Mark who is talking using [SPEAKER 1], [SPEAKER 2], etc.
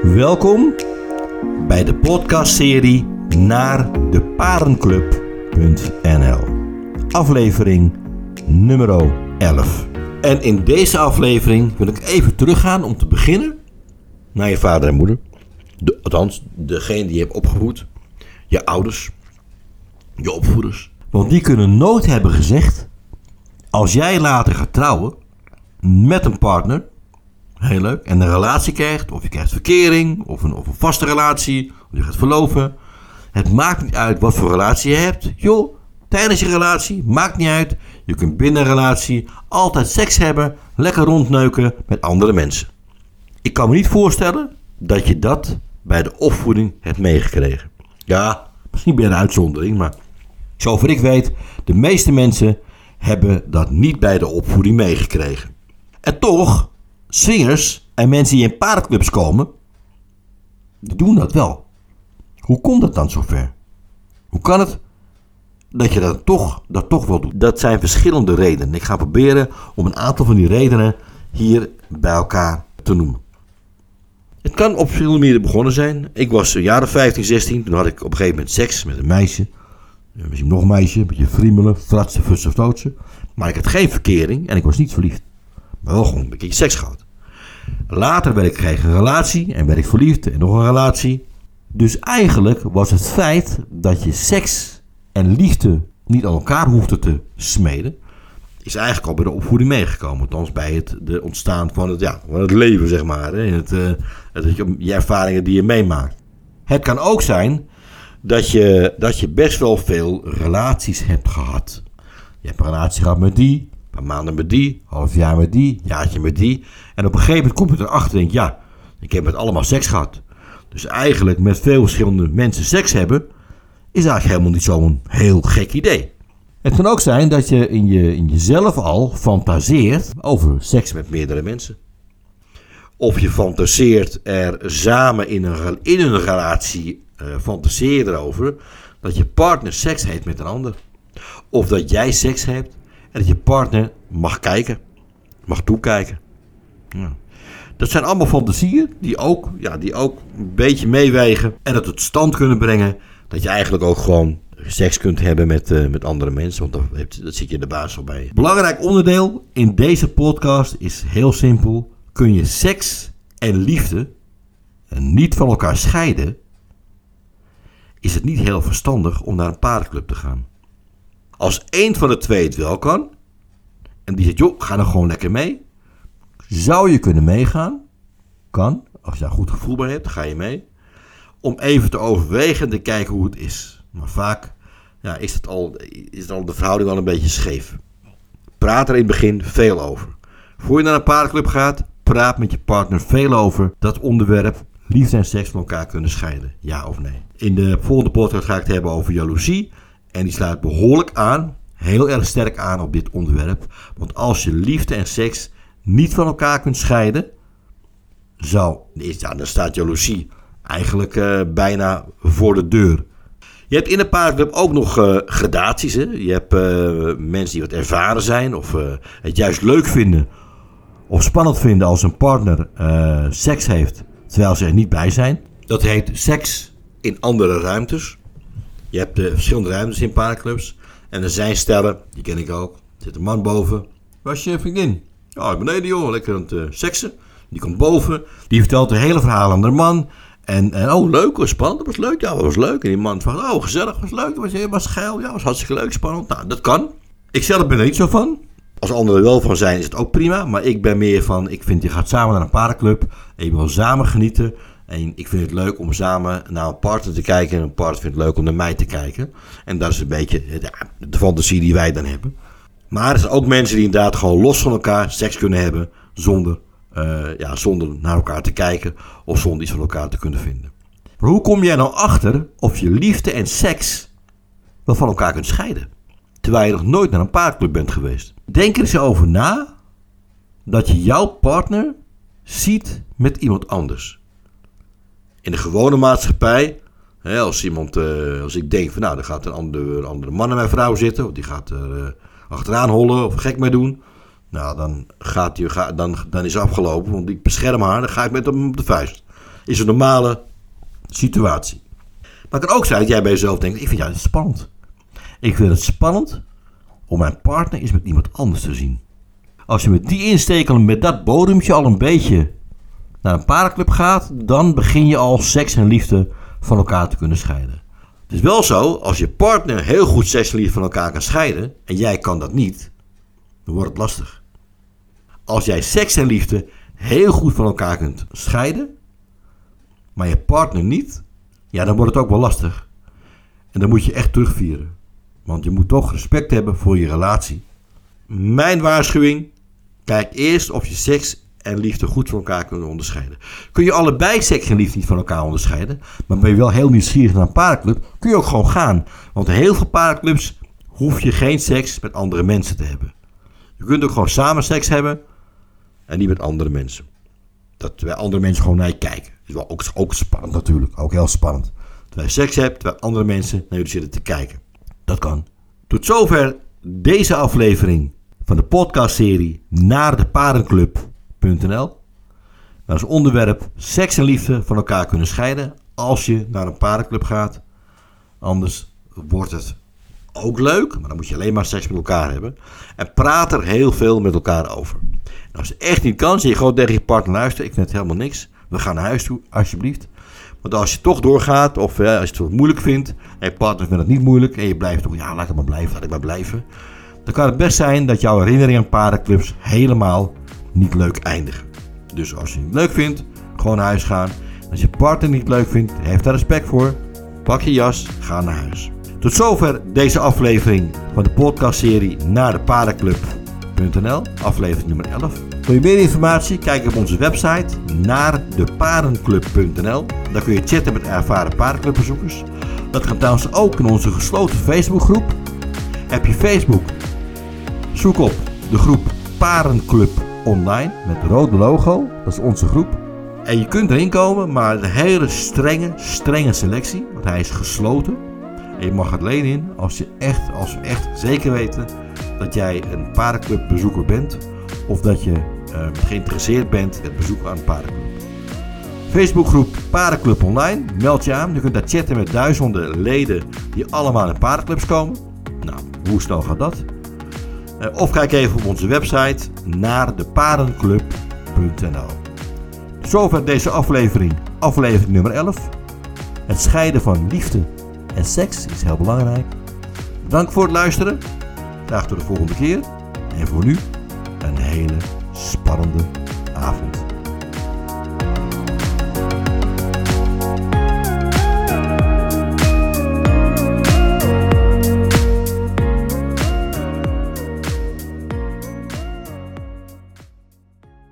[SPEAKER 1] Welkom bij de podcastserie naar de parenclub.nl. Aflevering nummer 11. En in deze aflevering wil ik even teruggaan om te beginnen naar je vader en moeder. Althans, degene die je hebt opgevoed. Je ouders. Je opvoeders. Want die kunnen nooit hebben gezegd, als jij later gaat trouwen met een partner, heel leuk, en een relatie krijgt, of je krijgt verkering, of een vaste relatie, of je gaat verloven. Het maakt niet uit wat voor relatie je hebt. Joh, tijdens je relatie, maakt niet uit. Je kunt binnen een relatie altijd seks hebben, lekker rondneuken met andere mensen. Ik kan me niet voorstellen dat je dat bij de opvoeding hebt meegekregen. Ja, misschien ben je een uitzondering, maar zover ik weet, de meeste mensen hebben dat niet bij de opvoeding meegekregen. En toch, swingers en mensen die in parenclubs komen, die doen dat wel. Hoe komt het dan zover? Hoe kan het dat je dat toch wel doet? Dat zijn verschillende redenen. Ik ga proberen om een aantal van die redenen hier bij elkaar te noemen. Het kan op verschillende manieren begonnen zijn. Ik was een jaar of 15, 16. Toen had ik op een gegeven moment seks met een meisje. Misschien nog een meisje, een beetje friemelen, fratsen, futsen, stootsen. Maar ik had geen verkering en ik was niet verliefd. Maar wel gewoon een beetje seks gehad. Later kreeg ik een relatie en werd ik verliefd en nog een relatie. Dus eigenlijk was het feit dat je seks en liefde niet aan elkaar hoefde te smeden, is eigenlijk al bij de opvoeding meegekomen. Althans bij het ontstaan van het leven, zeg maar. Hè? Je ervaringen die je meemaakt. Het kan ook zijn dat je best wel veel relaties hebt gehad. Je hebt een relatie gehad met die, een paar maanden met die, half jaar met die, jaartje met die. En op een gegeven moment kom je erachter en denk ik heb met allemaal seks gehad. Dus eigenlijk met veel verschillende mensen seks hebben, is eigenlijk helemaal niet zo'n heel gek idee. Het kan ook zijn dat je in jezelf al fantaseert over seks met meerdere mensen. Of je fantaseert er samen in een relatie, fantaseer erover dat je partner seks heeft met een ander. Of dat jij seks hebt en dat je partner mag kijken, mag toekijken. Ja. Dat zijn allemaal fantasieën die ook een beetje meewegen en het tot stand kunnen brengen dat je eigenlijk ook gewoon seks kunt hebben met andere mensen, want dat zit je in de basis al bij. Belangrijk onderdeel in deze podcast is heel simpel. Kun je seks en liefde niet van elkaar scheiden, is het niet heel verstandig om naar een parenclub te gaan. Als één van de twee het wel kan, en die zegt, ga dan gewoon lekker mee, zou je kunnen meegaan. Kan, als je daar goed gevoel bij hebt, dan ga je mee. Om even te overwegen en te kijken hoe het is. Maar vaak is het al de verhouding al een beetje scheef. Praat er in het begin veel over. Voor je naar een parenclub gaat, praat met je partner veel over dat onderwerp liefde en seks van elkaar kunnen scheiden. Ja of nee. In de volgende podcast ga ik het hebben over jaloezie. En die sluit behoorlijk aan, heel erg sterk aan op dit onderwerp. Want als je liefde en seks niet van elkaar kunt scheiden, dan staat jaloezie eigenlijk bijna voor de deur. Je hebt in een parenclub ook nog gradaties. Hè? Je hebt mensen die wat ervaren zijn of het juist leuk vinden of spannend vinden als een partner seks heeft terwijl ze er niet bij zijn. Dat heet seks in andere ruimtes. Je hebt verschillende ruimtes in parenclubs. En er zijn stellen, die ken ik ook. Er zit een man boven. Waar is je vriendin? Beneden joh, lekker aan het seksen. Die komt boven, die vertelt het hele verhaal aan de man. En leuk, was spannend, dat was leuk. Ja, dat was leuk. En die man vraagt, gezellig, was leuk, was geil. Ja, was hartstikke leuk, spannend. Nou, dat kan. Ik zelf ben er niet zo van. Als anderen er wel van zijn, is het ook prima. Maar ik ben meer van, ik vind je gaat samen naar een parenclub. En je wil samen genieten. En ik vind het leuk om samen naar een partner te kijken. En een partner vindt het leuk om naar mij te kijken. En dat is een beetje de fantasie die wij dan hebben. Maar er zijn ook mensen die inderdaad gewoon los van elkaar seks kunnen hebben. Zonder naar elkaar te kijken. Of zonder iets van elkaar te kunnen vinden. Maar hoe kom jij nou achter of je liefde en seks wel van elkaar kunt scheiden? Terwijl je nog nooit naar een parenclub bent geweest. Denk er eens over na dat je jouw partner ziet met iemand anders. In de gewone maatschappij, als ik denk van er gaat een andere man en mijn vrouw zitten, of die gaat er achteraan hollen of gek mee doen, dan is het afgelopen, want ik bescherm haar, dan ga ik met hem op de vuist. Is een normale situatie. Maar het kan ook zijn dat jij bij jezelf denkt, ik vind het spannend. Ik vind het spannend om mijn partner eens met iemand anders te zien. Als je met die insteek al met dat bodempje al een beetje naar een parenclub gaat, dan begin je al seks en liefde van elkaar te kunnen scheiden. Het is wel zo, als je partner heel goed seks en liefde van elkaar kan scheiden en jij kan dat niet, dan wordt het lastig. Als jij seks en liefde heel goed van elkaar kunt scheiden, maar je partner niet, ja, dan wordt het ook wel lastig. En dan moet je echt terugvieren. Want je moet toch respect hebben voor je relatie. Mijn waarschuwing, kijk eerst of je seks en liefde goed van elkaar kunnen onderscheiden. Kun je allebei seks en liefde niet van elkaar onderscheiden, maar ben je wel heel nieuwsgierig naar een parenclub, kun je ook gewoon gaan. Want in heel veel parenclubs hoef je geen seks met andere mensen te hebben. Je kunt ook gewoon samen seks hebben en niet met andere mensen. Dat wij andere mensen gewoon naar je kijken. Dat is wel ook spannend natuurlijk, ook heel spannend. Terwijl je seks hebt, terwijl andere mensen naar jullie zitten te kijken. Dat kan. Tot zover deze aflevering van de podcastserie Naar de Parenclub.nl. Als onderwerp seks en liefde van elkaar kunnen scheiden als je naar een parenclub gaat. Anders wordt het ook leuk, maar dan moet je alleen maar seks met elkaar hebben. En praat er heel veel met elkaar over. En als het echt niet kan, zeg je gewoon tegen je partner, luister, ik vind het helemaal niks. We gaan naar huis toe, alsjeblieft. Want als je toch doorgaat, of als je het wat moeilijk vindt, en je partner vindt het niet moeilijk, en je blijft toch, ja, laat ik maar blijven. Dan kan het best zijn dat jouw herinnering aan parenclubs helemaal niet leuk eindigen. Dus als je het niet leuk vindt, gewoon naar huis gaan. Als je partner niet leuk vindt, heeft daar respect voor. Pak je jas, ga naar huis. Tot zover deze aflevering van de podcastserie Naar de Parenclub.nl, aflevering nummer 11. Wil je meer informatie? Kijk op onze website naardeparenclub.nl. Daar kun je chatten met ervaren parenclubbezoekers. Dat gaat trouwens ook in onze gesloten Facebookgroep. Heb je Facebook? Zoek op de groep Parenclub Online met het rode logo. Dat is onze groep. En je kunt erin komen, maar een hele strenge selectie. Want hij is gesloten. En je mag er alleen in als we echt zeker weten dat jij een parenclubbezoeker bent. Of dat je geïnteresseerd bent in het bezoeken aan een parenclub. Facebookgroep Parenclub Online. Meld je aan. Je kunt daar chatten met duizenden leden die allemaal in parenclubs komen. Nou, hoe snel gaat dat? Of kijk even op onze website naardeparenclub.nl. Zover deze aflevering nummer 11. Het scheiden van liefde en seks is heel belangrijk. Bedankt voor het luisteren. Graag tot de volgende keer. En voor nu een hele spannende avond.